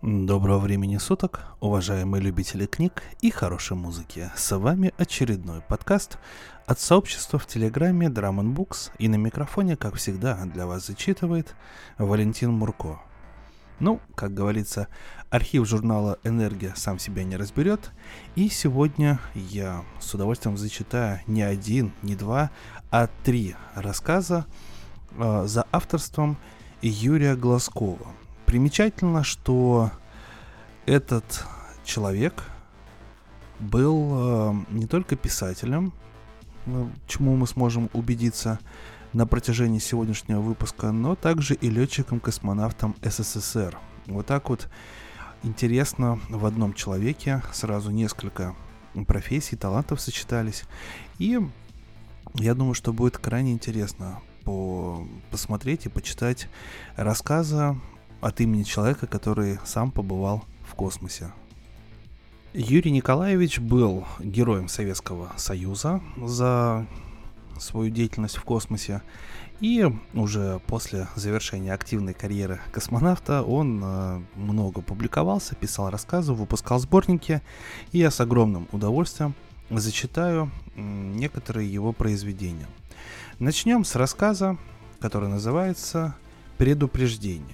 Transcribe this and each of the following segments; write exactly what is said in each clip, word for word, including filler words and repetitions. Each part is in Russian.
Доброго времени суток, уважаемые любители книг и хорошей музыки. С вами очередной подкаст от сообщества в Телеграме Drum and Books, и на микрофоне, как всегда, для вас зачитывает Валентин Мурко. Ну, как говорится, архив журнала «Энергия» сам себя не разберет, и сегодня я с удовольствием зачитаю не один, не два, а три рассказа э, за авторством Юрия Глазкова. Примечательно, что этот человек был э, не только писателем, э, чему мы сможем убедиться на протяжении сегодняшнего выпуска, но также и летчиком-космонавтом СССР. Вот так вот интересно в одном человеке сразу несколько профессий, талантов сочетались. И я думаю, что будет крайне интересно по- посмотреть и почитать рассказы от имени человека, который сам побывал в космосе. Юрий Николаевич был героем Советского Союза за свою деятельность в космосе, и уже после завершения активной карьеры космонавта он э, много публиковался, писал рассказы, выпускал сборники, и я с огромным удовольствием зачитаю э, некоторые его произведения. Начнем с рассказа, который называется «Предупреждение».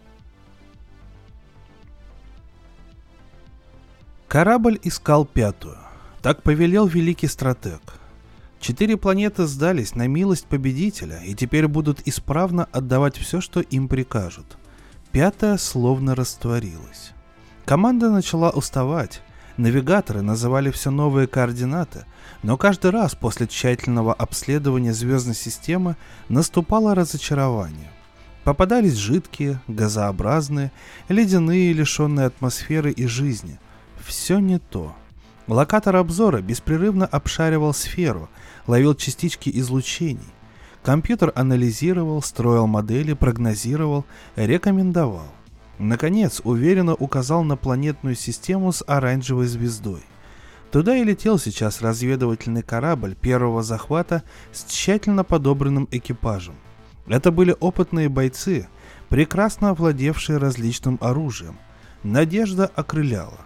Корабль искал пятую. Так повелел великий стратег. Четыре планеты сдались на милость победителя и теперь будут исправно отдавать все, что им прикажут. Пятая словно растворилась. Команда начала уставать. Навигаторы называли все новые координаты, но каждый раз после тщательного обследования звездной системы наступало разочарование. Попадались жидкие, газообразные, ледяные, лишенные атмосферы и жизни. Все не то. Локатор обзора беспрерывно обшаривал сферу, ловил частички излучений. Компьютер анализировал, строил модели, прогнозировал, рекомендовал. Наконец, уверенно указал на планетную систему с оранжевой звездой. Туда и летел сейчас разведывательный корабль первого захвата с тщательно подобранным экипажем. Это были опытные бойцы, прекрасно овладевшие различным оружием. Надежда окрыляла.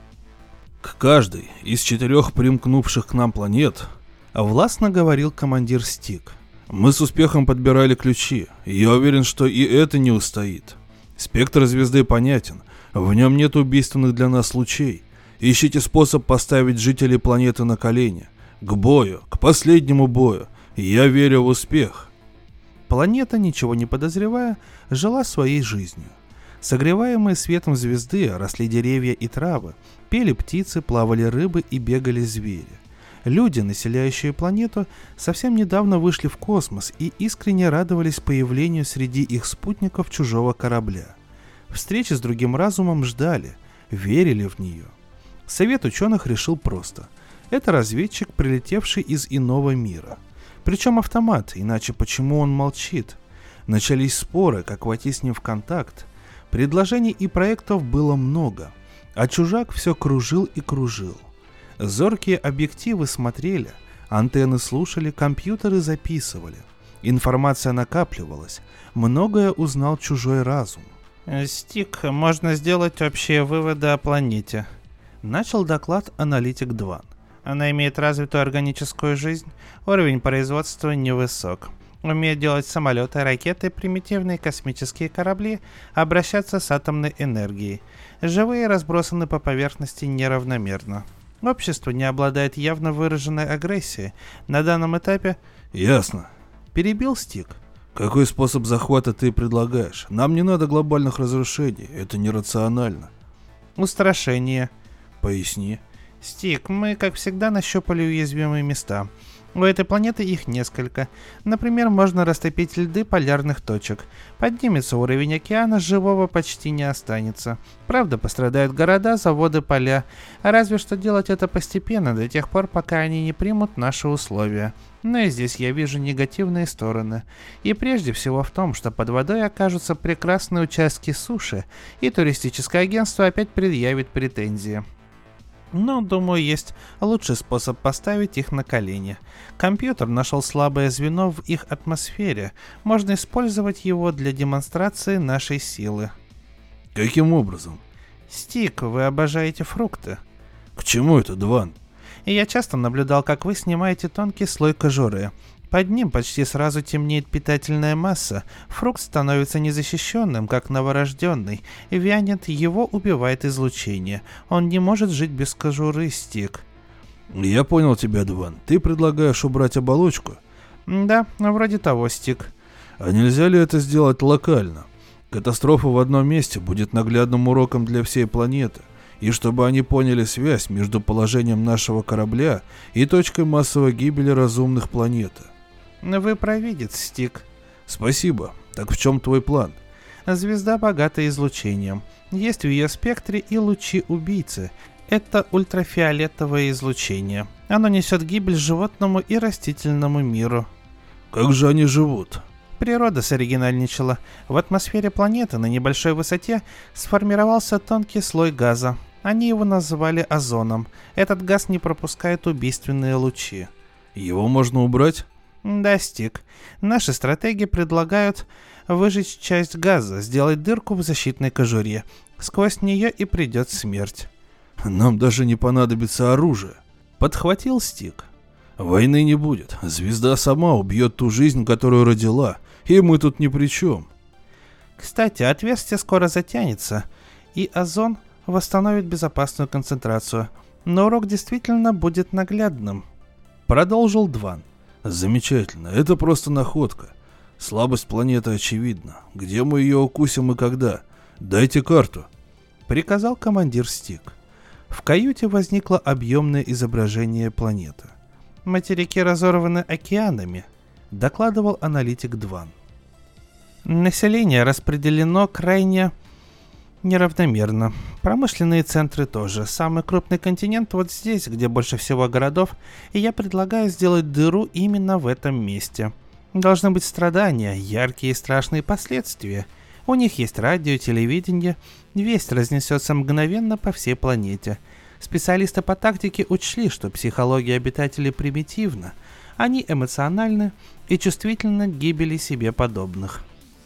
К каждой из четырех примкнувших к нам планет, властно говорил командир Стик, мы с успехом подбирали ключи, и я уверен, что и это не устоит. Спектр звезды понятен, в нем нет убийственных для нас лучей. Ищите способ поставить жителей планеты на колени. К бою, к последнему бою. Я верю в успех. Планета, ничего не подозревая, жила своей жизнью. Согреваемые светом звезды росли деревья и травы, пели птицы, плавали рыбы и бегали звери. Люди, населяющие планету, совсем недавно вышли в космос и искренне радовались появлению среди их спутников чужого корабля. Встречи с другим разумом ждали, верили в нее. Совет ученых решил просто. Это разведчик, прилетевший из иного мира. Причем автомат, иначе почему он молчит? Начались споры, как войти с ним в контакт. Предложений и проектов было много, а чужак все кружил и кружил. Зоркие объективы смотрели, антенны слушали, компьютеры записывали. Информация накапливалась, многое узнал чужой разум. «Стик, можно сделать общие выводы о планете», — начал доклад аналитик Дван. «Она имеет развитую органическую жизнь, уровень производства невысок. Умеет делать самолеты, ракеты, примитивные космические корабли, обращаться с атомной энергией. Живые разбросаны по поверхности неравномерно. Общество не обладает явно выраженной агрессией. На данном этапе...» «Ясно», — перебил Стик. «Какой способ захвата ты предлагаешь? Нам не надо глобальных разрушений, это нерационально». «Устрашение». «Поясни». «Стик, мы, как всегда, нащупали уязвимые места. У этой планеты их несколько. Например, можно растопить льды полярных точек. Поднимется уровень океана, живого почти не останется. Правда, пострадают города, заводы, поля. А разве что делать это постепенно, до тех пор, пока они не примут наши условия. Но и здесь я вижу негативные стороны. И прежде всего в том, что под водой окажутся прекрасные участки суши, и туристическое агентство опять предъявит претензии. Но, думаю, есть лучший способ поставить их на колени. Компьютер нашел слабое звено в их атмосфере. Можно использовать его для демонстрации нашей силы. Каким образом? Стик, вы обожаете фрукты. К чему это, Дван? И я часто наблюдал, как вы снимаете тонкий слой кожуры. Под ним почти сразу темнеет питательная масса, фрукт становится незащищенным, как новорожденный, и вянет, его убивает излучение. Он не может жить без кожуры, Стик. Я понял тебя, Дван. Ты предлагаешь убрать оболочку? Да, вроде того, Стик. А нельзя ли это сделать локально? Катастрофа в одном месте будет наглядным уроком для всей планеты. И чтобы они поняли связь между положением нашего корабля и точкой массовой гибели разумных планеты. Вы провидец, Стик. Спасибо. Так в чем твой план? Звезда богата излучением. Есть в ее спектре и лучи-убийцы. Это ультрафиолетовое излучение. Оно несет гибель животному и растительному миру. Как же они живут? Природа соригинальничала. В атмосфере планеты на небольшой высоте сформировался тонкий слой газа. Они его назвали озоном. Этот газ не пропускает убийственные лучи. Его можно убрать? Да, Стик. Наши стратеги предлагают выжечь часть газа, сделать дырку в защитной кожуре. Сквозь нее и придет смерть. Нам даже не понадобится оружие. Подхватил Стик. Войны не будет. Звезда сама убьет ту жизнь, которую родила. И мы тут ни при чем. Кстати, отверстие скоро затянется, и озон восстановит безопасную концентрацию. Но урок действительно будет наглядным. Продолжил Дван. Замечательно. Это просто находка. Слабость планеты очевидна. Где мы ее укусим и когда? Дайте карту. Приказал командир Стик. В каюте возникло объемное изображение планеты. Материки разорваны океанами, докладывал аналитик Дван. Население распределено крайне неравномерно. Промышленные центры тоже. Самый крупный континент вот здесь, где больше всего городов, и я предлагаю сделать дыру именно в этом месте. Должны быть страдания, яркие и страшные последствия. У них есть радио, телевидение, весть разнесется мгновенно по всей планете. Специалисты по тактике учли, что психология обитателей примитивна. Они эмоциональны и чувствительны к гибели себе подобных.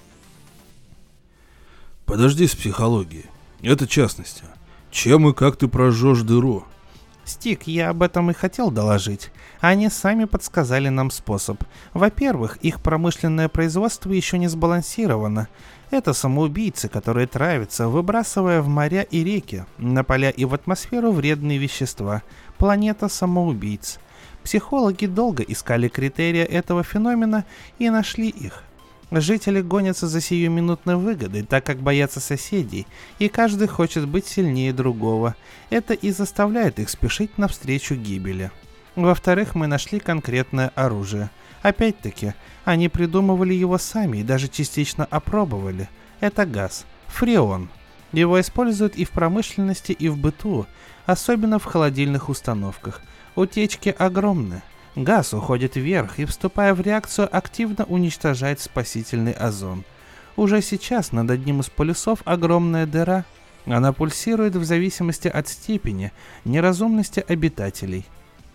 Подожди с психологией. Это частности. Чем и как ты прожжешь дыру? Стик, я об этом и хотел доложить. Они сами подсказали нам способ. Во-первых, их промышленное производство еще не сбалансировано. Это самоубийцы, которые травятся, выбрасывая в моря и реки, на поля и в атмосферу вредные вещества. Планета самоубийц. Психологи долго искали критерии этого феномена и нашли их. Жители гонятся за сиюминутной выгодой, так как боятся соседей, и каждый хочет быть сильнее другого. Это и заставляет их спешить навстречу гибели. Во-вторых, мы нашли конкретное оружие. Опять-таки, они придумывали его сами и даже частично опробовали. Это газ. Фреон. Его используют и в промышленности, и в быту, особенно в холодильных установках. Утечки огромны. Газ уходит вверх и, вступая в реакцию, активно уничтожает спасительный озон. Уже сейчас над одним из полюсов огромная дыра. Она пульсирует в зависимости от степени неразумности обитателей.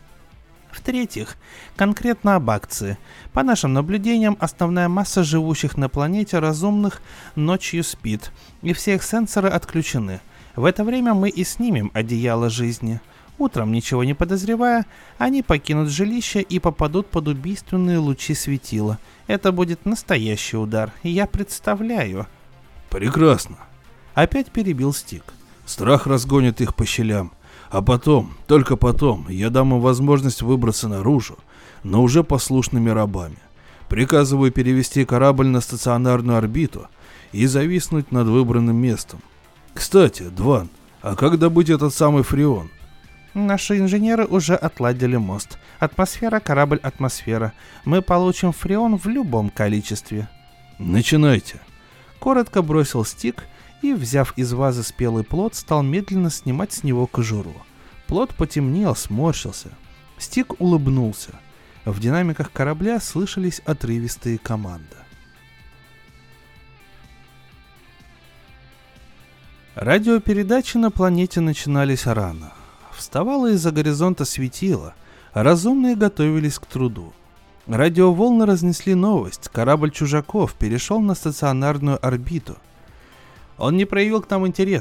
В-третьих, конкретно об акции. По нашим наблюдениям, основная масса живущих на планете разумных ночью спит, и все их сенсоры отключены. В это время мы и снимем одеяло жизни. Утром, ничего не подозревая, они покинут жилище и попадут под убийственные лучи светила. Это будет настоящий удар, я представляю. Прекрасно. Опять перебил Стик. Страх разгонит их по щелям. А потом, только потом, я дам им возможность выбраться наружу, но уже послушными рабами. Приказываю перевести корабль на стационарную орбиту и зависнуть над выбранным местом. Кстати, Дван, а как добыть этот самый фреон? Наши инженеры уже отладили мост. Атмосфера, корабль, атмосфера. Мы получим фреон в любом количестве. Начинайте. Коротко бросил Стик и, взяв из вазы спелый плод, стал медленно снимать с него кожуру. Плод потемнел, сморщился. Стик улыбнулся. В динамиках корабля слышались отрывистые команды. Радиопередачи на планете начинались рано. Вставало из-за горизонта светило, а разумные готовились к труду. Радиоволны разнесли новость, корабль чужаков перешел на стационарную орбиту. Он не проявил к нам интереса.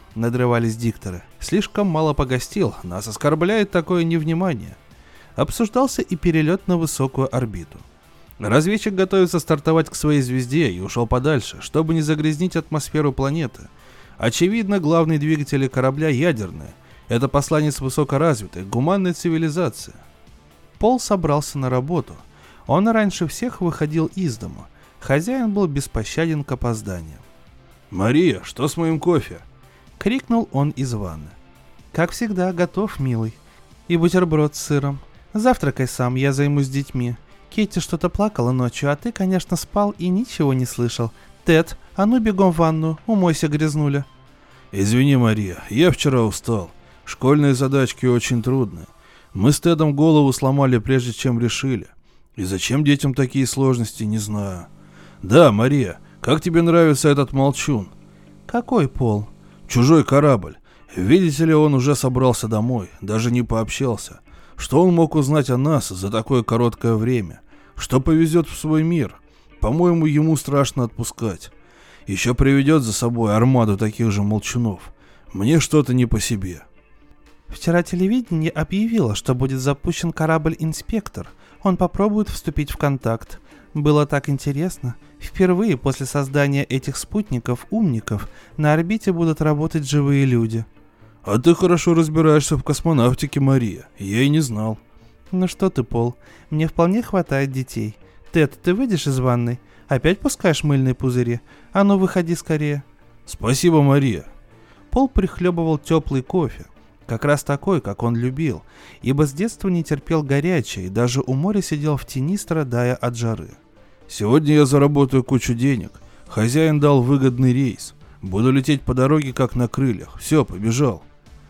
— надрывались дикторы. «Слишком мало погостил, нас оскорбляет такое невнимание». Обсуждался и перелет на высокую орбиту. Разведчик готовится стартовать к своей звезде и ушел подальше, чтобы не загрязнить атмосферу планеты. Очевидно, главные двигатели корабля ядерные. Это посланец высокоразвитой, гуманной цивилизации. Пол собрался на работу. Он раньше всех выходил из дома. Хозяин был беспощаден к опозданиям. «Мария, что с моим кофе?» — крикнул он из ванны. «Как всегда, готов, милый. И бутерброд с сыром. Завтракай сам, я займусь детьми. Китти что-то плакала ночью, а ты, конечно, спал и ничего не слышал. Тед, а ну бегом в ванну, умойся, грязнуля». «Извини, Мария, я вчера устал. Школьные задачки очень трудные. Мы с Тедом голову сломали, прежде чем решили. И зачем детям такие сложности, не знаю. Да, Мария, как тебе нравится этот молчун?» «Какой, Пол?» «Чужой корабль. Видите ли, он уже собрался домой, даже не пообщался. Что он мог узнать о нас за такое короткое время? Что повезет в свой мир? По-моему, ему страшно отпускать. Еще приведет за собой армаду таких же молчунов. Мне что-то не по себе». «Вчера телевидение объявило, что будет запущен корабль «Инспектор». Он попробует вступить в контакт. Было так интересно. Впервые после создания этих спутников-умников на орбите будут работать живые люди». «А ты хорошо разбираешься в космонавтике, Мария. Я и не знал». «Ну что ты, Пол, мне вполне хватает детей. Тед, ты выйдешь из ванной? Опять пускаешь мыльные пузыри? А ну выходи скорее». «Спасибо, Мария». Пол прихлебывал теплый кофе. Как раз такой, как он любил, ибо с детства не терпел горячее и даже у моря сидел в тени, страдая от жары. «Сегодня я заработаю кучу денег. Хозяин дал выгодный рейс. Буду лететь по дороге, как на крыльях. Все, побежал».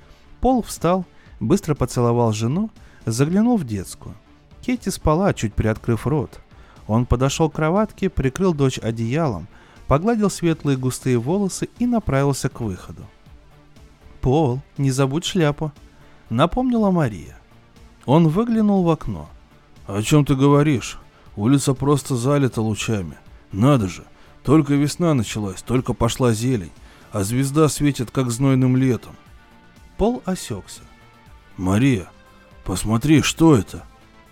Пол встал, быстро поцеловал жену, заглянул в детскую. Китти спала, чуть приоткрыв рот. Он подошел к кроватке, прикрыл дочь одеялом, погладил светлые густые волосы и направился к выходу. «Пол, не забудь шляпу», — напомнила Мария. Он выглянул в окно. «О чем ты говоришь? Улица просто залита лучами. Надо же, только весна началась, только пошла зелень, а звезда светит, как знойным летом». Пол осекся. «Мария, посмотри, что это?»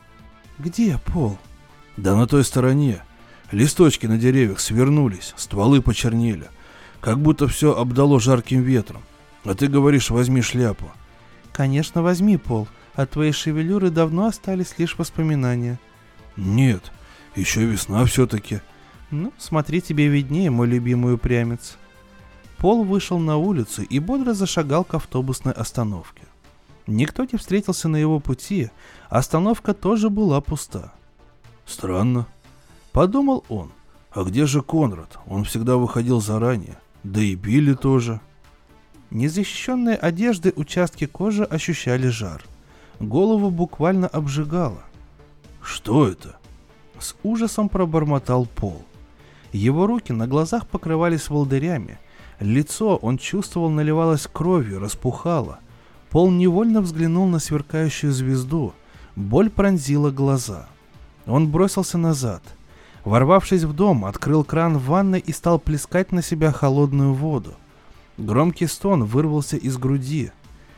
«Где, Пол?» «Да на той стороне. Листочки на деревьях свернулись, стволы почернели, как будто все обдало жарким ветром. А ты говоришь, возьми шляпу». «Конечно, возьми, Пол. От твоей шевелюры давно остались лишь воспоминания». «Нет, еще весна все-таки». «Ну, смотри, тебе виднее, мой любимый упрямец». Пол вышел на улицу и бодро зашагал к автобусной остановке. Никто не встретился на его пути, остановка тоже была пуста. «Странно», — подумал он. «А где же Конрад? Он всегда выходил заранее. Да и Билли тоже». Незащищенные одежды, участки кожи ощущали жар. Голову буквально обжигало. «Что это?» — с ужасом пробормотал Пол. Его руки на глазах покрывались волдырями. Лицо, он чувствовал, наливалось кровью, распухало. Пол невольно взглянул на сверкающую звезду. Боль пронзила глаза. Он бросился назад. Ворвавшись в дом, открыл кран в ванной и стал плескать на себя холодную воду. Громкий стон вырвался из груди.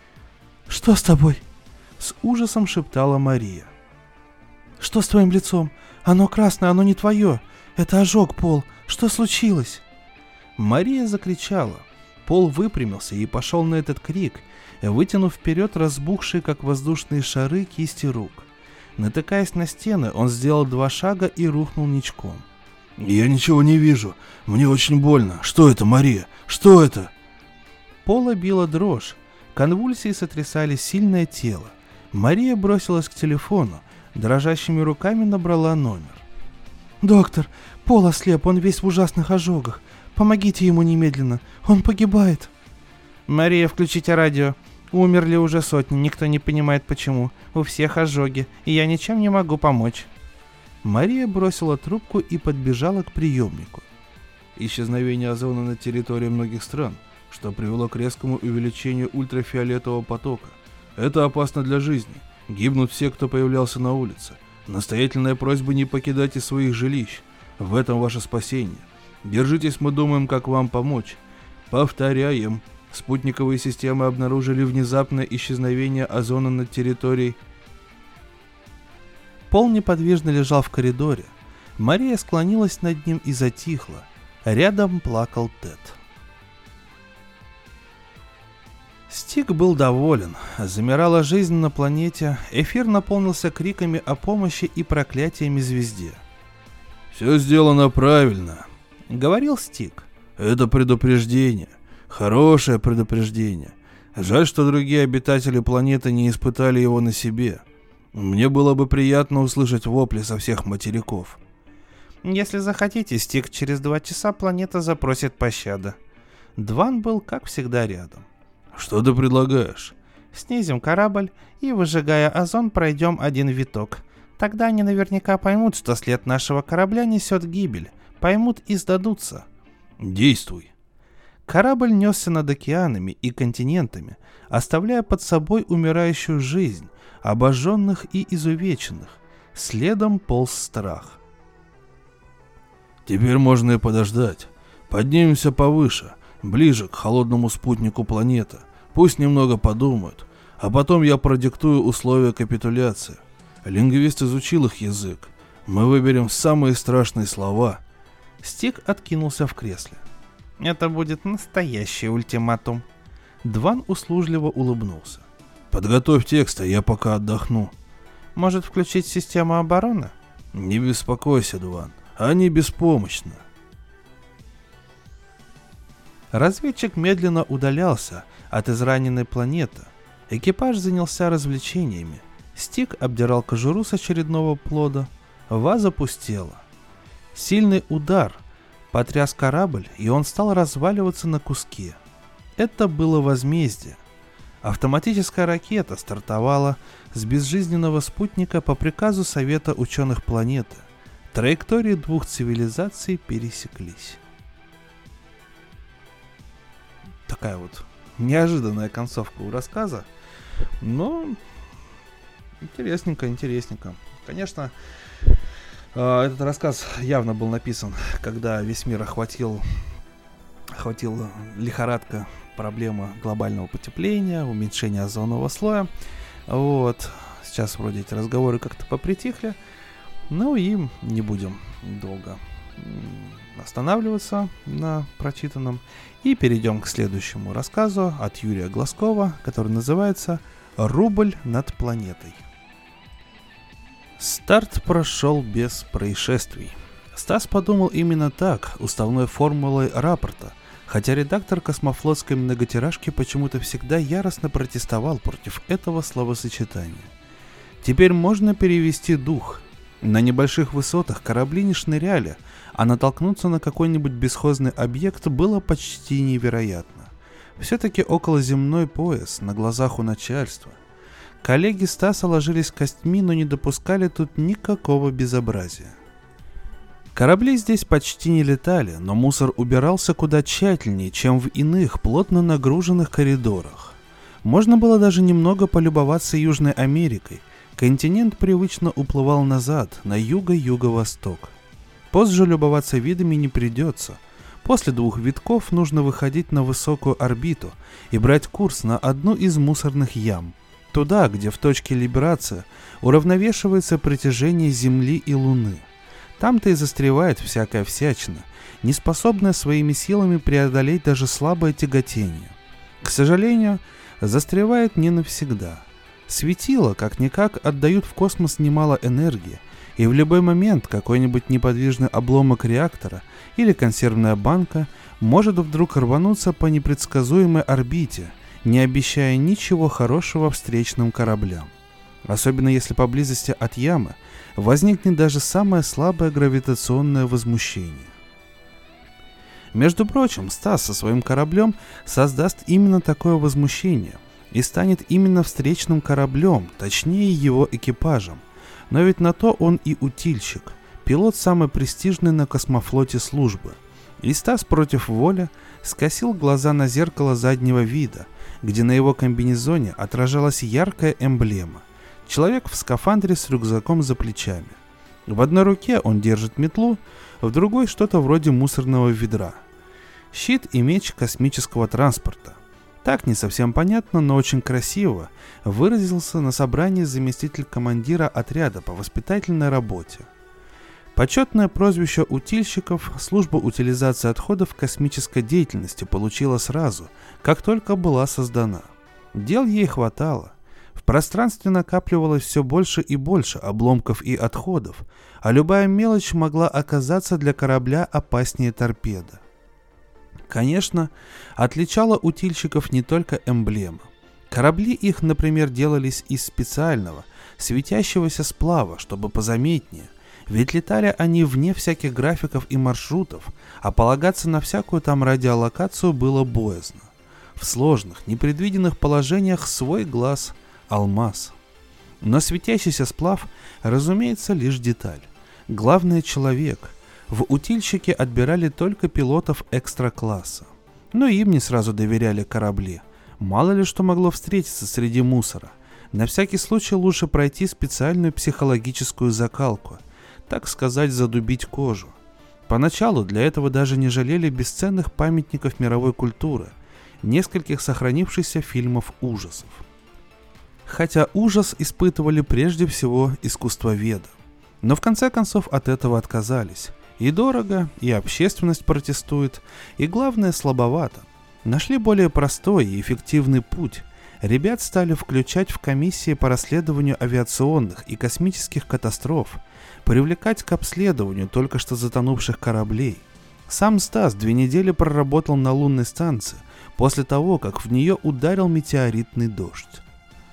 «Что с тобой?» — с ужасом шептала Мария. «Что с твоим лицом? Оно красное, оно не твое. Это ожог, Пол. Что случилось?» Мария закричала. Пол выпрямился и пошел на этот крик, вытянув вперед разбухшие, как воздушные шары, кисти рук. Натыкаясь на стены, он сделал два шага и рухнул ничком. «Я ничего не вижу. Мне очень больно. Что это, Мария? Что это?» Пола била дрожь. Конвульсии сотрясали сильное тело. Мария бросилась к телефону, дрожащими руками набрала номер. «Доктор, Пол ослеп, он весь в ужасных ожогах. Помогите ему немедленно, он погибает». «Мария, включите радио. Умерли уже сотни, никто не понимает почему. У всех ожоги, и я ничем не могу помочь». Мария бросила трубку и подбежала к приемнику. «Исчезновение озона на территории многих стран, что привело к резкому увеличению ультрафиолетового потока. Это опасно для жизни. Гибнут все, кто появлялся на улице. Настоятельная просьба не покидайте своих жилищ. В этом ваше спасение. Держитесь, мы думаем, как вам помочь. Повторяем, Спутниковые системы обнаружили внезапное исчезновение озона над территорией. Пол неподвижно лежал в коридоре. Мария склонилась над ним и затихла. Рядом плакал Тед. Стик был доволен. Замирала жизнь на планете, эфир наполнился криками о помощи и проклятиями звезде. «Все сделано правильно», — говорил Стик. «Это предупреждение. Хорошее предупреждение. Жаль, что другие обитатели планеты не испытали его на себе. Мне было бы приятно услышать вопли со всех материков». «Если захотите, Стик, через два часа планета запросит пощады». Дван был, как всегда, рядом. «Что ты предлагаешь?» «Снизим корабль и, выжигая озон, пройдем один виток. Тогда они наверняка поймут, что след нашего корабля несет гибель. Поймут и сдадутся». «Действуй». Корабль несся над океанами и континентами, оставляя под собой умирающую жизнь, обожженных и изувеченных. Следом полз страх. «Теперь можно и подождать. Поднимемся повыше, ближе к холодному спутнику планеты. Пусть немного подумают, а потом я продиктую условия капитуляции. Лингвист изучил их язык. Мы выберем самые страшные слова». Стик откинулся в кресле. «Это будет настоящий ультиматум». Дван услужливо улыбнулся. «Подготовь текст, а я пока отдохну». «Может, включить систему обороны?» «Не беспокойся, Дван, они беспомощны». Разведчик медленно удалялся от израненной планеты. Экипаж занялся развлечениями. Стик обдирал кожуру с очередного плода. Ваза пустела. Сильный удар потряс корабль, и он стал разваливаться на куски. Это было возмездие. Автоматическая ракета стартовала с безжизненного спутника по приказу Совета ученых планеты. Траектории двух цивилизаций пересеклись. Такая вот неожиданная концовка у рассказа, но интересненько, интересненько. Конечно, этот рассказ явно был написан, когда весь мир охватил, охватила лихорадка, проблема глобального потепления, уменьшения озонового слоя. Вот. Сейчас вроде эти разговоры как-то попритихли, но и не будем долго останавливаться на прочитанном. И перейдем к следующему рассказу от Юрия Глазкова, который называется «Рубль над планетой». Старт прошел без происшествий. Стас подумал именно так, уставной формулой рапорта, хотя редактор космофлотской многотиражки почему-то всегда яростно протестовал против этого словосочетания. Теперь можно перевести дух. На небольших высотах корабли не шныряли, а натолкнуться на какой-нибудь бесхозный объект было почти невероятно. Все-таки околоземной пояс на глазах у начальства. Коллеги Стаса ложились костьми, но не допускали тут никакого безобразия. Корабли здесь почти не летали, но мусор убирался куда тщательнее, чем в иных плотно нагруженных коридорах. Можно было даже немного полюбоваться Южной Америкой. Континент привычно уплывал назад, на юго-юго-восток. Позже любоваться видами не придется. После двух витков нужно выходить на высокую орбиту и брать курс на одну из мусорных ям. Туда, где в точке либерации уравновешивается притяжение Земли и Луны. Там-то и застревает всякая всячина, не способная своими силами преодолеть даже слабое тяготение. К сожалению, застревает не навсегда. Светила, как-никак, отдают в космос немало энергии, и в любой момент какой-нибудь неподвижный обломок реактора или консервная банка может вдруг рвануться по непредсказуемой орбите, не обещая ничего хорошего встречным кораблям. Особенно если поблизости от ямы возникнет даже самое слабое гравитационное возмущение. Между прочим, Стас со своим кораблем создаст именно такое возмущение и станет именно встречным кораблем, точнее его экипажем. Но ведь на то он и утильщик, пилот самой престижной на космофлоте службы. И Стас против воли скосил глаза на зеркало заднего вида, где на его комбинезоне отражалась яркая эмблема. Человек в скафандре с рюкзаком за плечами. В одной руке он держит метлу, в другой что-то вроде мусорного ведра. Щит и меч космического транспорта. Так не совсем понятно, но очень красиво выразился на собрании заместитель командира отряда по воспитательной работе. Почетное прозвище утильщиков служба утилизации отходов космической деятельности получила сразу, как только была создана. Дел ей хватало. В пространстве накапливалось все больше и больше обломков и отходов, а любая мелочь могла оказаться для корабля опаснее торпеды. Конечно, отличала утильщиков не только эмблема. Корабли их, например, делались из специального, светящегося сплава, чтобы позаметнее, ведь летали они вне всяких графиков и маршрутов, а полагаться на всякую там радиолокацию было боязно. В сложных, непредвиденных положениях свой глаз – алмаз. Но светящийся сплав, разумеется, лишь деталь. Главное – человек. В утильщике отбирали только пилотов экстра-класса. Но им не сразу доверяли корабли. Мало ли что могло встретиться среди мусора. На всякий случай лучше пройти специальную психологическую закалку, так сказать, задубить кожу. Поначалу для этого даже не жалели бесценных памятников мировой культуры, нескольких сохранившихся фильмов ужасов. Хотя ужас испытывали прежде всего искусствоведы. Но в конце концов от этого отказались. И дорого, и общественность протестует, и главное слабовато. Нашли более простой и эффективный путь. Ребят стали включать в комиссии по расследованию авиационных и космических катастроф, привлекать к обследованию только что затонувших кораблей. Сам Стас две недели проработал на лунной станции после того, как в нее ударил метеоритный дождь.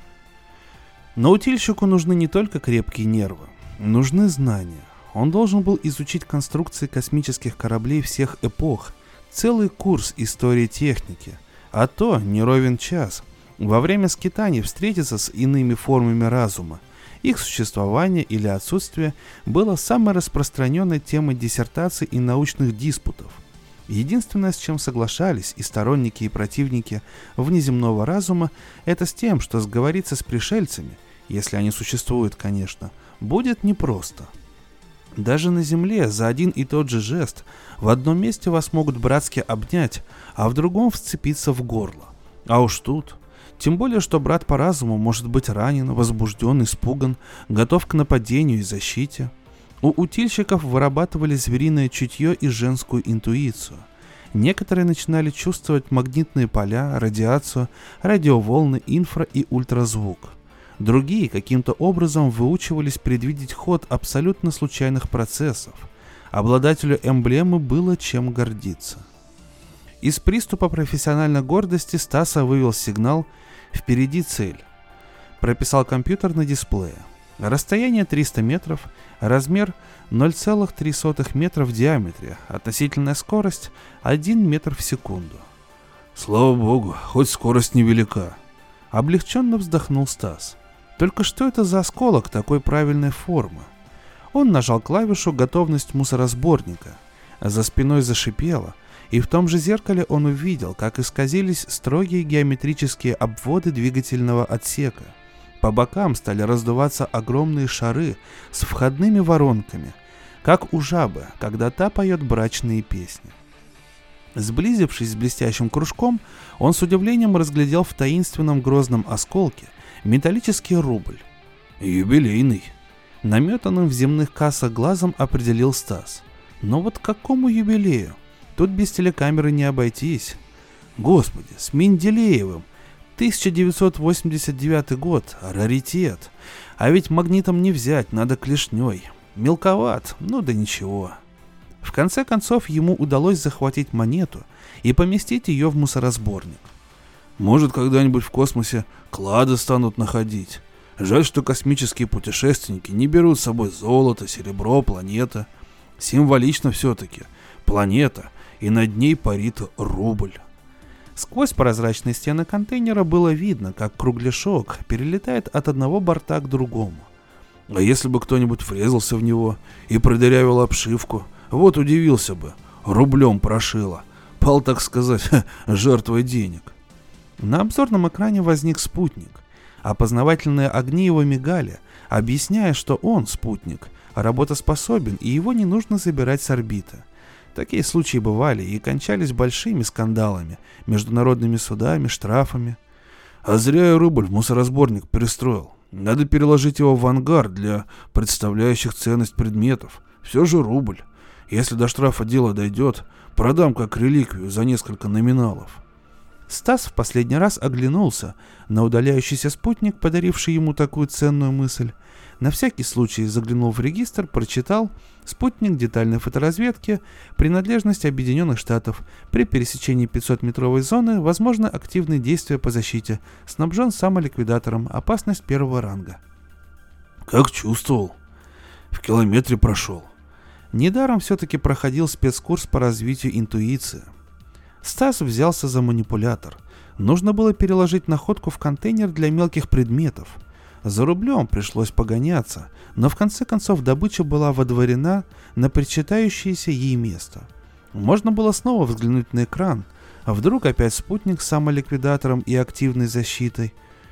Но утильщику нужны не только крепкие нервы, нужны знания. Он должен был изучить конструкции космических кораблей всех эпох, целый курс истории техники, а то не ровен час. Во время скитаний встретиться с иными формами разума, их существование или отсутствие было самой распространенной темой диссертаций и научных диспутов. Единственное, с чем соглашались и сторонники, и противники внеземного разума, это с тем, что сговориться с пришельцами, если они существуют, конечно, будет непросто. Даже на Земле за один и тот же жест в одном месте вас могут братски обнять, а в другом вцепиться в горло. А уж тут... Тем более, что брат по разуму может быть ранен, возбужден, испуган, готов к нападению и защите. У утильщиков вырабатывали звериное чутье и женскую интуицию. Некоторые начинали чувствовать магнитные поля, радиацию, радиоволны, инфра- и ультразвук. Другие каким-то образом выучивались предвидеть ход абсолютно случайных процессов. Обладателю эмблемы было чем гордиться. Из приступа профессиональной гордости Стаса вывел сигнал «Впереди цель». Прописал компьютер на дисплее. Расстояние триста метров, размер ноль целых три сотых метра в диаметре, относительная скорость один метр в секунду. Слава богу, хоть скорость невелика. Облегченно вздохнул Стас. Только что это за осколок такой правильной формы? Он нажал клавишу «Готовность мусоросборника». За спиной зашипело, и в том же зеркале он увидел, как исказились строгие геометрические обводы двигательного отсека. По бокам стали раздуваться огромные шары с входными воронками, как у жабы, когда та поет брачные песни. Сблизившись с блестящим кружком, он с удивлением разглядел в таинственном грозном осколке металлический рубль. Юбилейный. Наметанным в земных кассах глазом определил Стас. Но вот к какому юбилею? Тут без телекамеры не обойтись. Господи, с Менделеевым. тысяча девятьсот восемьдесят девятый год. Раритет. А ведь магнитом не взять, надо клешней. Мелковат, ну да ничего. В конце концов ему удалось захватить монету и поместить ее в мусоросборник. Может, когда-нибудь в космосе клады станут находить. Жаль, что космические путешественники не берут с собой золото, серебро, планета. Символично все-таки. Планета, и над ней парит рубль. Сквозь прозрачные стены контейнера было видно, как кругляшок перелетает от одного борта к другому. А если бы кто-нибудь врезался в него и продырявил обшивку, вот удивился бы, рублем прошило. Пал, так сказать, жертвой денег. На обзорном экране возник спутник. Опознавательные огни его мигали, объясняя, что он, спутник, работоспособен и его не нужно забирать с орбиты. Такие случаи бывали и кончались большими скандалами, международными судами, штрафами. А зря я рубль в мусоросборник перестроил. Надо переложить его в ангар для представляющих ценность предметов. Все же рубль. Если до штрафа дело дойдет, продам как реликвию за несколько номиналов. Стас в последний раз оглянулся на удаляющийся спутник, подаривший ему такую ценную мысль. На всякий случай заглянул в регистр, прочитал: спутник детальной фоторазведки, принадлежность Объединенных Штатов. При пересечении пятисотметровой зоны возможно активные действия по защите. Снабжен самоликвидатором. Опасность первого ранга. Как чувствовал. В километре прошел. Недаром все-таки проходил спецкурс по развитию интуиции. Стас взялся за манипулятор. Нужно было переложить находку в контейнер для мелких предметов. За рублем пришлось погоняться, но в конце концов добыча была водворена на причитающееся ей место. Можно было снова взглянуть на экран, а вдруг опять спутник с самоликвидатором и активной защитой.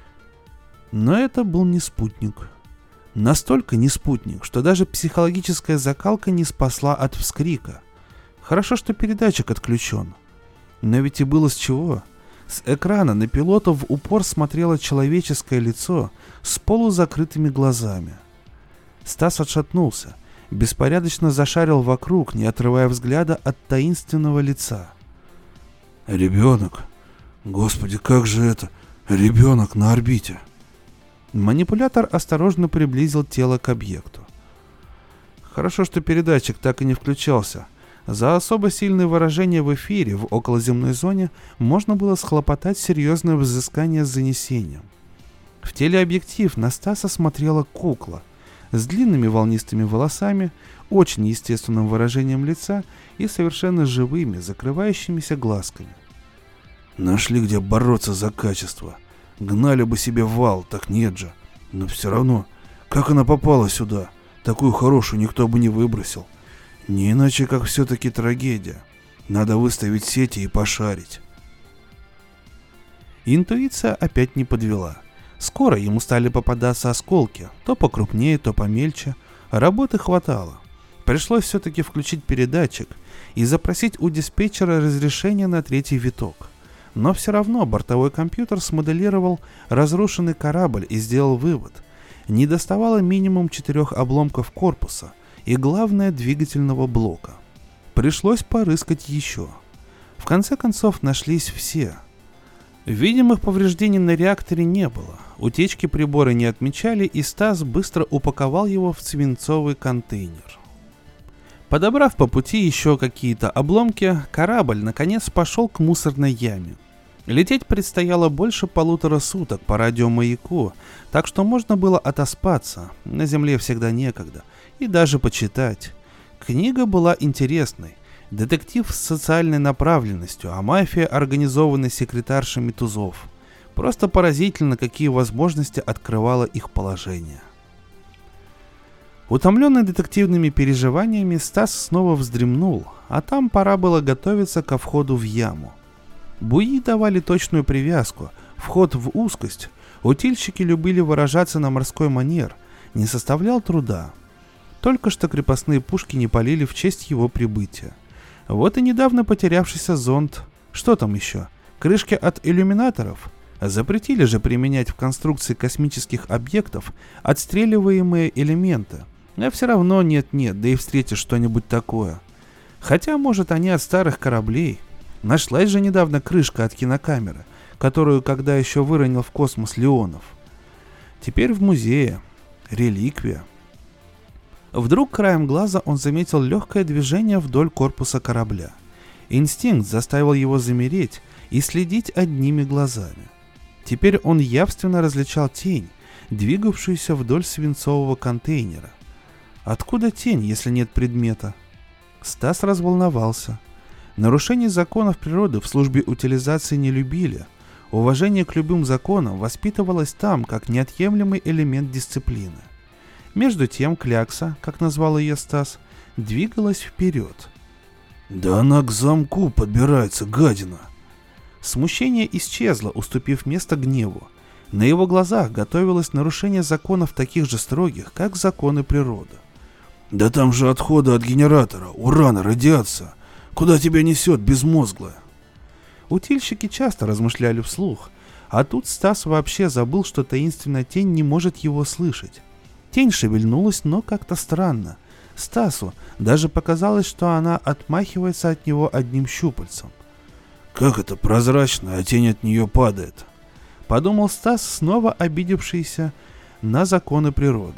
Но это был не спутник. Настолько не спутник, что даже психологическая закалка не спасла от вскрика. Хорошо, что передатчик отключен. Но ведь и было с чего. С экрана на пилота в упор смотрело человеческое лицо с полузакрытыми глазами. Стас отшатнулся, беспорядочно зашарил вокруг, не отрывая взгляда от таинственного лица. Ребенок. Господи, как же это? Ребенок на орбите. Манипулятор осторожно приблизил тело к объекту. Хорошо, что передатчик так и не включался. За особо сильные выражения в эфире в околоземной зоне можно было схлопотать серьезное взыскание с занесением. В телеобъектив на Стаса смотрела кукла с длинными волнистыми волосами, очень естественным выражением лица и совершенно живыми, закрывающимися глазками. Нашли, где бороться за качество. Гнали бы себе вал, так нет же. Но все равно, как она попала сюда? Такую хорошую никто бы не выбросил. Не иначе, как все-таки трагедия. Надо выставить сети и пошарить. Интуиция опять не подвела. Скоро ему стали попадаться осколки, то покрупнее, то помельче. Работы хватало. Пришлось все-таки включить передатчик и запросить у диспетчера разрешение на третий виток. Но все равно бортовой компьютер смоделировал разрушенный корабль и сделал вывод. Не доставало минимум четырех обломков корпуса и, главное, двигательного блока. Пришлось порыскать еще. В конце концов нашлись все. Видимых повреждений на реакторе не было. Утечки приборы не отмечали, и Стас быстро упаковал его в свинцовый контейнер. Подобрав по пути еще какие-то обломки, корабль наконец пошел к мусорной яме. Лететь предстояло больше полутора суток по радиомаяку, так что можно было отоспаться, на земле всегда некогда, и даже почитать. Книга была интересной. Детектив с социальной направленностью, а мафия, организованной секретаршами тузов. Просто поразительно, какие возможности открывало их положение. Утомленный детективными переживаниями, Стас снова вздремнул, а там пора было готовиться ко входу в яму. Буи давали точную привязку, вход в узкость. Утильщики любили выражаться на морской манер, не составлял труда. Только что крепостные пушки не палили в честь его прибытия. Вот и недавно потерявшийся зонд. Что там еще? Крышки от иллюминаторов? Запретили же применять в конструкции космических объектов отстреливаемые элементы. А все равно нет-нет, да и встретишь что-нибудь такое. Хотя, может, они от старых кораблей. Нашлась же недавно крышка от кинокамеры, которую когда еще выронил в космос Леонов. Теперь в музее. Реликвия. Вдруг краем глаза он заметил легкое движение вдоль корпуса корабля. Инстинкт заставил его замереть и следить одними глазами. Теперь он явственно различал тень, двигавшуюся вдоль свинцового контейнера. Откуда тень, если нет предмета? Стас разволновался. Нарушений законов природы в службе утилизации не любили. Уважение к любым законам воспитывалось там, как неотъемлемый элемент дисциплины. Между тем Клякса, как назвал ее Стас, двигалась вперед. «Да она к замку подбирается, гадина!» Смущение исчезло, уступив место гневу. На его глазах готовилось нарушение законов таких же строгих, как законы природы. «Да там же отходы от генератора, урана, радиация. Куда тебя несет, безмозглая?» Утильщики часто размышляли вслух, а тут Стас вообще забыл, что таинственная тень не может его слышать. Тень шевельнулась, но как-то странно. Стасу даже показалось, что она отмахивается от него одним щупальцем. «Как это прозрачно, а тень от нее падает?» — подумал Стас, снова обидевшийся на законы природы.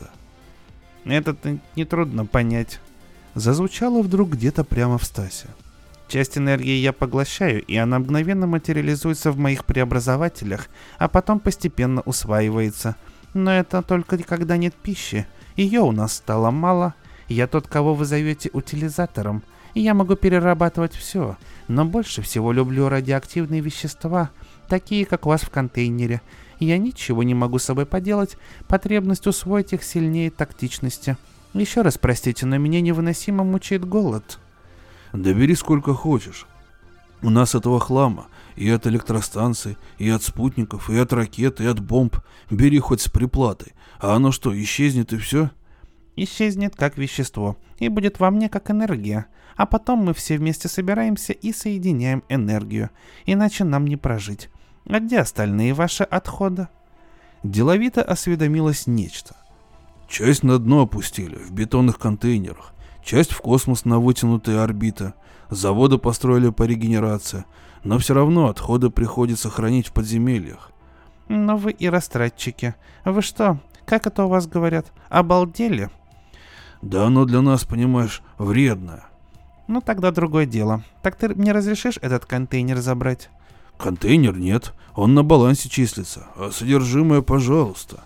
«Это-то нетрудно понять», — зазвучало вдруг где-то прямо в Стасе. «Часть энергии я поглощаю, и она мгновенно материализуется в моих преобразователях, а потом постепенно усваивается. Но это только когда нет пищи. Ее у нас стало мало. Я тот, кого вы зовете утилизатором. И я могу перерабатывать все, но больше всего люблю радиоактивные вещества, такие, как у вас в контейнере. Я ничего не могу с собой поделать, потребность усвоить их сильнее тактичности. Еще раз простите, но меня невыносимо мучает голод». «Да бери сколько хочешь. У нас этого хлама и от электростанций, и от спутников, и от ракет, и от бомб. Бери хоть с приплатой. А оно что, исчезнет и все?» «Исчезнет как вещество и будет во мне как энергия. А потом мы все вместе собираемся и соединяем энергию. Иначе нам не прожить. А где остальные ваши отходы?» Деловито осведомилось нечто. «Часть на дно опустили, в бетонных контейнерах. Часть в космос на вытянутые орбиты. Заводы построили по регенерации. Но все равно отходы приходится хранить в подземельях». «Но вы и растратчики. Вы что, как это у вас говорят, обалдели?» «Да оно для нас, понимаешь, вредное». «Ну тогда другое дело. Так ты мне разрешишь этот контейнер забрать?» «Контейнер нет, он на балансе числится, а содержимое, пожалуйста».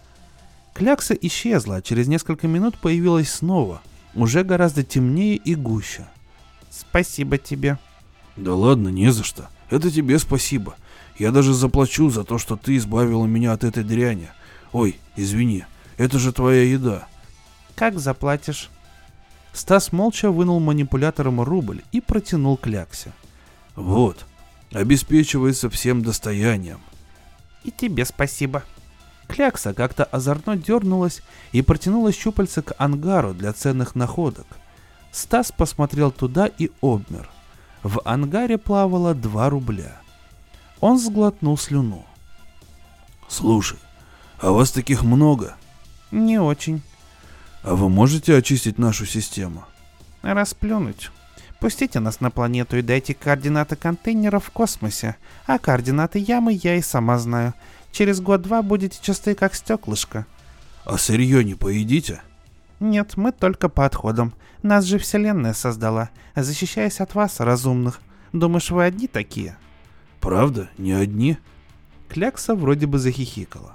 Клякса исчезла, а через несколько минут появилась снова, уже гораздо темнее и гуще. «Спасибо тебе». «Да ладно, не за что. Это тебе спасибо. Я даже заплачу за то, что ты избавила меня от этой дряни. Ой, извини, это же твоя еда». «Как заплатишь?» Стас молча вынул манипулятором рубль и протянул Кляксе. «Вот, обеспечивается всем достоянием». «И тебе спасибо». Клякса как-то озорно дернулась и протянула щупальца к ангару для ценных находок. Стас посмотрел туда и обмер. В ангаре плавало два рубля. Он сглотнул слюну. «Слушай, а вас таких много?» «Не очень». «А вы можете очистить нашу систему?» «Расплюнуть. Пустите нас на планету и дайте координаты контейнера в космосе, а координаты ямы я и сама знаю. Через год-два будете чисты, как стеклышко». «А сырье не поедите?» «Нет, мы только по отходам. Нас же Вселенная создала, защищаясь от вас, разумных. Думаешь, вы одни такие?» «Правда? Не одни?» Клякса вроде бы захихикала.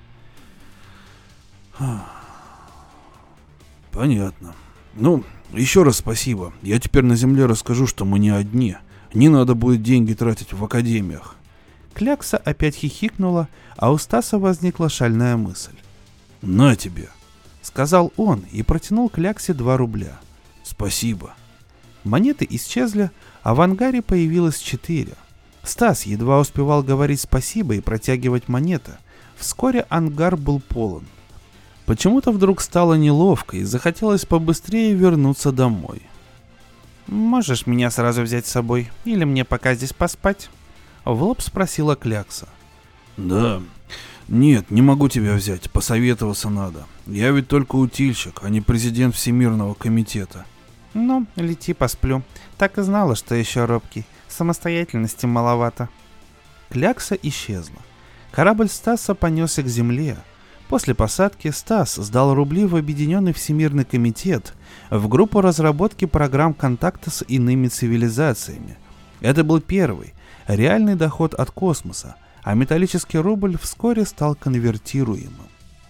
«Понятно. Ну, еще раз спасибо. Я теперь на Земле расскажу, что мы не одни. Не надо будет деньги тратить в академиях». Клякса опять хихикнула, а у Стаса возникла шальная мысль. «На тебе», — сказал он и протянул Кляксе два рубля. «Спасибо». Монеты исчезли, а в ангаре появилось четыре. Стас едва успевал говорить спасибо и протягивать монеты. Вскоре ангар был полон. Почему-то вдруг стало неловко и захотелось побыстрее вернуться домой. «Можешь меня сразу взять с собой? Или мне пока здесь поспать?» В лоб спросила Клякса. «Да. Нет, не могу тебя взять, посоветоваться надо. Я ведь только утильщик, а не президент Всемирного комитета». «Ну, лети, посплю. Так и знала, что еще робкий. Самостоятельности маловато». Клякса исчезла. Корабль Стаса понесся к земле. После посадки Стас сдал рубли в Объединенный Всемирный комитет, в группу разработки программ контакта с иными цивилизациями. Это был первый, реальный доход от космоса, а металлический рубль вскоре стал конвертируемым.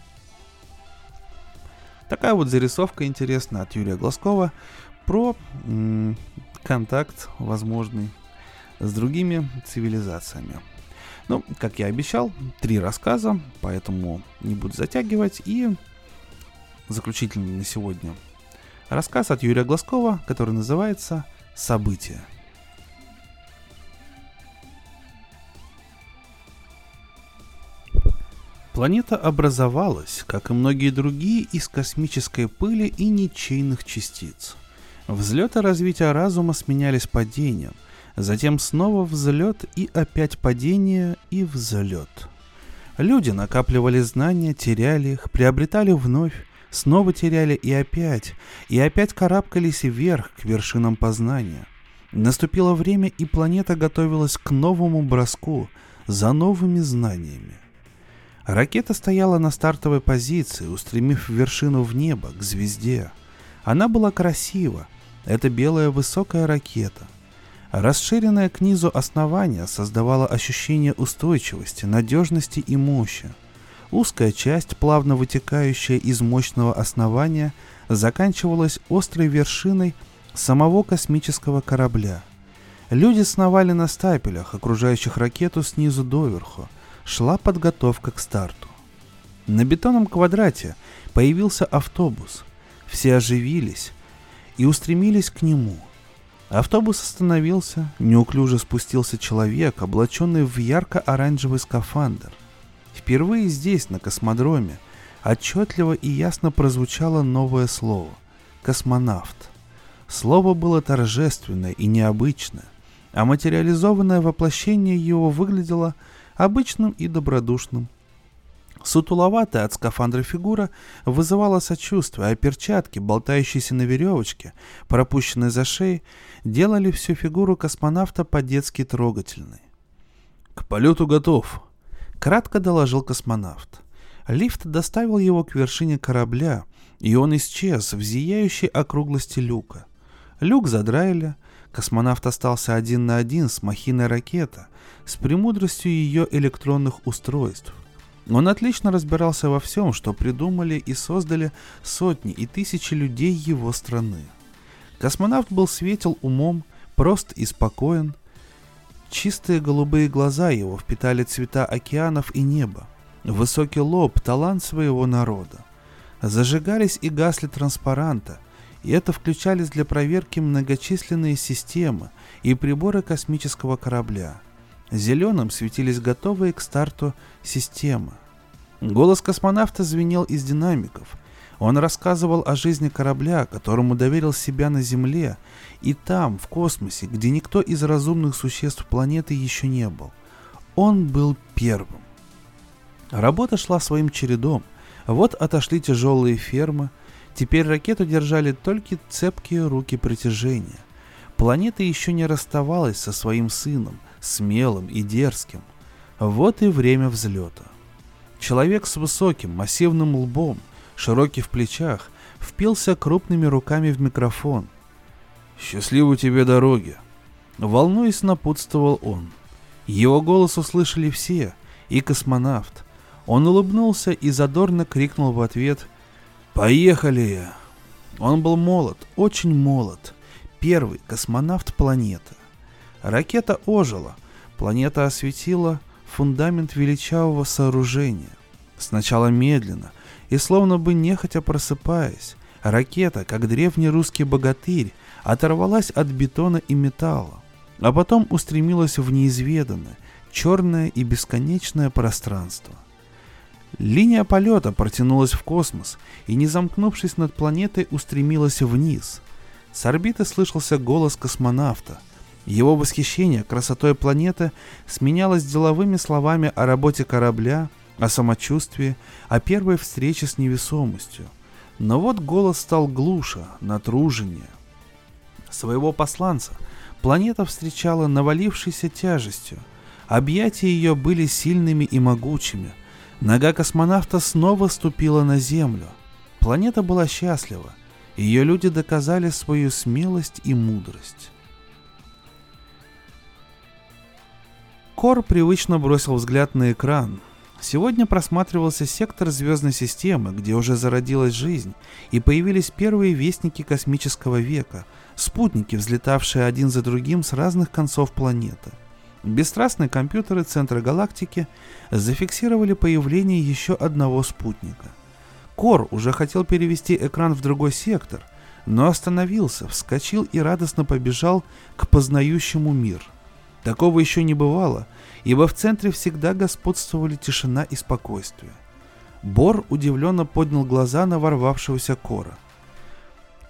Такая вот зарисовка интересная от Юрия Глазкова про м- контакт возможный с другими цивилизациями. Ну, как я обещал, три рассказа, поэтому не буду затягивать. И заключительный на сегодня рассказ от Юрия Глазкова, который называется «События». Планета образовалась, как и многие другие, из космической пыли и ничейных частиц. Взлет и развитие разума сменялись падением, затем снова взлет и опять падение и взлет. Люди накапливали знания, теряли их, приобретали вновь, снова теряли и опять, и опять карабкались вверх к вершинам познания. Наступило время, и планета готовилась к новому броску за новыми знаниями. Ракета стояла на стартовой позиции, устремив вершину в небо, к звезде. Она была красива. Это белая высокая ракета. Расширенное к низу основание создавало ощущение устойчивости, надежности и мощи. Узкая часть, плавно вытекающая из мощного основания, заканчивалась острой вершиной самого космического корабля. Люди сновали на стапелях, окружающих ракету снизу доверху. Шла подготовка к старту. На бетонном квадрате появился автобус. Все оживились и устремились к нему. Автобус остановился, неуклюже спустился человек, облаченный в ярко-оранжевый скафандр. Впервые здесь, на космодроме, отчетливо и ясно прозвучало новое слово — космонавт. Слово было торжественное и необычное, а материализованное воплощение его выглядело обычным и добродушным. Сутуловатая от скафандра фигура вызывала сочувствие, а перчатки, болтающиеся на веревочке, пропущенные за шеей, делали всю фигуру космонавта по-детски трогательной. «К полету готов», — кратко доложил космонавт. Лифт доставил его к вершине корабля, и он исчез в зияющей округлости люка. Люк задраили, космонавт остался один на один с махиной ракеты, с премудростью ее электронных устройств. Он отлично разбирался во всем, что придумали и создали сотни и тысячи людей его страны. Космонавт был светел умом, прост и спокоен. Чистые голубые глаза его впитали цвета океанов и неба. Высокий лоб — талант своего народа. Зажигались и гасли транспаранты, и это включались для проверки многочисленные системы и приборы космического корабля. Зеленым светились готовые к старту системы. Голос космонавта звенел из динамиков. Он рассказывал о жизни корабля, которому доверил себя на Земле, и там, в космосе, где никто из разумных существ планеты еще не был. Он был первым. Работа шла своим чередом. Вот отошли тяжелые фермы. Теперь ракету держали только цепкие руки притяжения. Планета еще не расставалась со своим сыном, смелым и дерзким. Вот и время взлета. Человек с высоким, массивным лбом, широкий в плечах, впился крупными руками в микрофон. «Счастливой тебе дороги!» Волнуясь, напутствовал он. Его голос услышали все, и космонавт. Он улыбнулся и задорно крикнул в ответ: «Поехали!» Он был молод, очень молод. Первый космонавт планеты. Ракета ожила. Планета осветила фундамент величавого сооружения. Сначала медленно и словно бы нехотя просыпаясь, ракета, как древний русский богатырь, оторвалась от бетона и металла, а потом устремилась в неизведанное, черное и бесконечное пространство. Линия полета протянулась в космос и, не замкнувшись над планетой, устремилась вниз. С орбиты слышался голос космонавта. Его восхищение красотой планеты сменялось деловыми словами о работе корабля, о самочувствии, о первой встрече с невесомостью. Но вот голос стал глуше, натруженнее. Своего посланца планета встречала навалившейся тяжестью. Объятия ее были сильными и могучими. Нога космонавта снова ступила на Землю. Планета была счастлива. Ее люди доказали свою смелость и мудрость. Кор привычно бросил взгляд на экран. Сегодня просматривался сектор звездной системы, где уже зародилась жизнь, и появились первые вестники космического века, спутники, взлетавшие один за другим с разных концов планеты. Бесстрастные компьютеры центра галактики зафиксировали появление еще одного спутника. Кор уже хотел перевести экран в другой сектор, но остановился, вскочил и радостно побежал к познающему мир. Такого еще не бывало, ибо в центре всегда господствовали тишина и спокойствие. Бор удивленно поднял глаза на ворвавшегося Кора.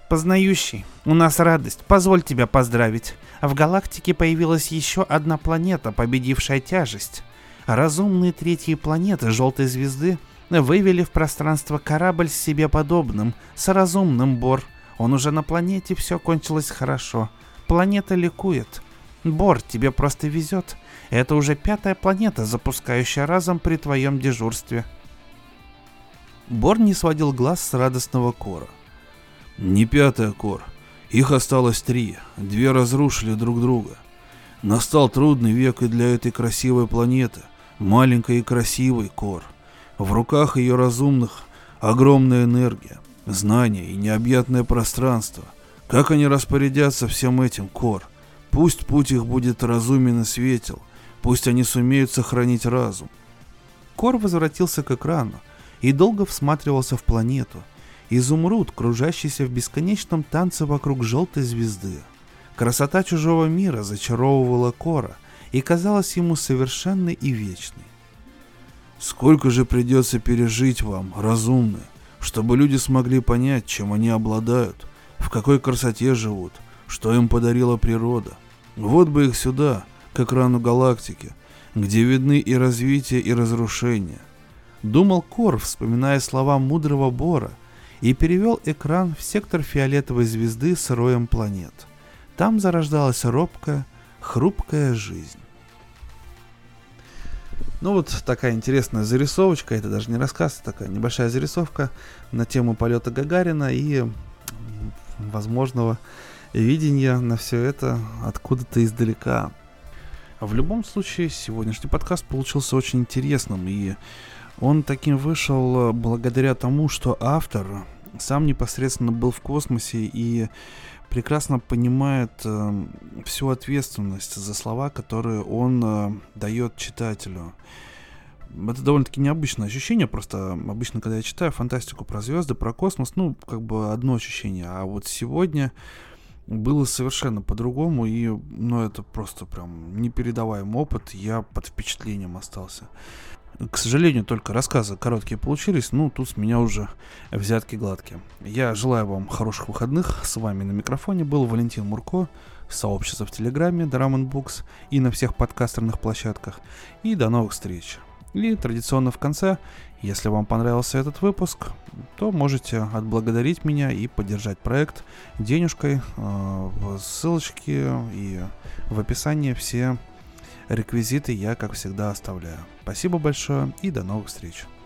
Познающий, у нас радость, позволь тебя поздравить. В галактике появилась еще одна планета, победившая тяжесть. Разумные третьи планеты желтой звезды вывели в пространство корабль с себе подобным, с разумным Бор. Он уже на планете, все кончилось хорошо. Планета ликует. Бор, тебе просто везет. Это уже пятая планета, запускающая разом при твоем дежурстве. Бор не сводил глаз с радостного Кора. Не пятая, Кор. Их осталось три. Две разрушили друг друга. Настал трудный век и для этой красивой планеты. Маленькой и красивой, Кор. В руках ее разумных огромная энергия, знания и необъятное пространство. Как они распорядятся всем этим, Кор? Пусть путь их будет разумен и светел. Пусть они сумеют сохранить разум. Кор возвратился к экрану и долго всматривался в планету. Изумруд, кружащийся в бесконечном танце вокруг желтой звезды. Красота чужого мира зачаровывала Кора и казалась ему совершенной и вечной. Сколько же придется пережить вам, разумные, чтобы люди смогли понять, чем они обладают, в какой красоте живут, что им подарила природа. Вот бы их сюда, к экрану галактики, где видны и развитие, и разрушение. Думал Кор, вспоминая слова мудрого Бора, и перевел экран в сектор фиолетовой звезды с роем планет. Там зарождалась робкая, хрупкая жизнь. Ну вот такая интересная зарисовочка, это даже не рассказ, это такая небольшая зарисовка на тему полета Гагарина и возможного видения на все это откуда-то издалека. В любом случае, сегодняшний подкаст получился очень интересным, и он таким вышел благодаря тому, что автор сам непосредственно был в космосе и прекрасно понимает э, всю ответственность за слова, которые он э, дает читателю. Это довольно-таки необычное ощущение, просто обычно, когда я читаю фантастику про звезды, про космос, ну, как бы одно ощущение, а вот сегодня было совершенно по-другому, и, ну, это просто прям непередаваемый опыт, я под впечатлением остался. К сожалению, только рассказы короткие получились, ну, тут с меня уже взятки гладкие. Я желаю вам хороших выходных, с вами на микрофоне был Валентин Мурко, сообщество в Телеграме Drum and Books и на всех подкастерных площадках, и до новых встреч. И традиционно в конце, если вам понравился этот выпуск, то можете отблагодарить меня и поддержать проект денежкой. В ссылочке и в описании все реквизиты я, как всегда, оставляю. Спасибо большое и до новых встреч.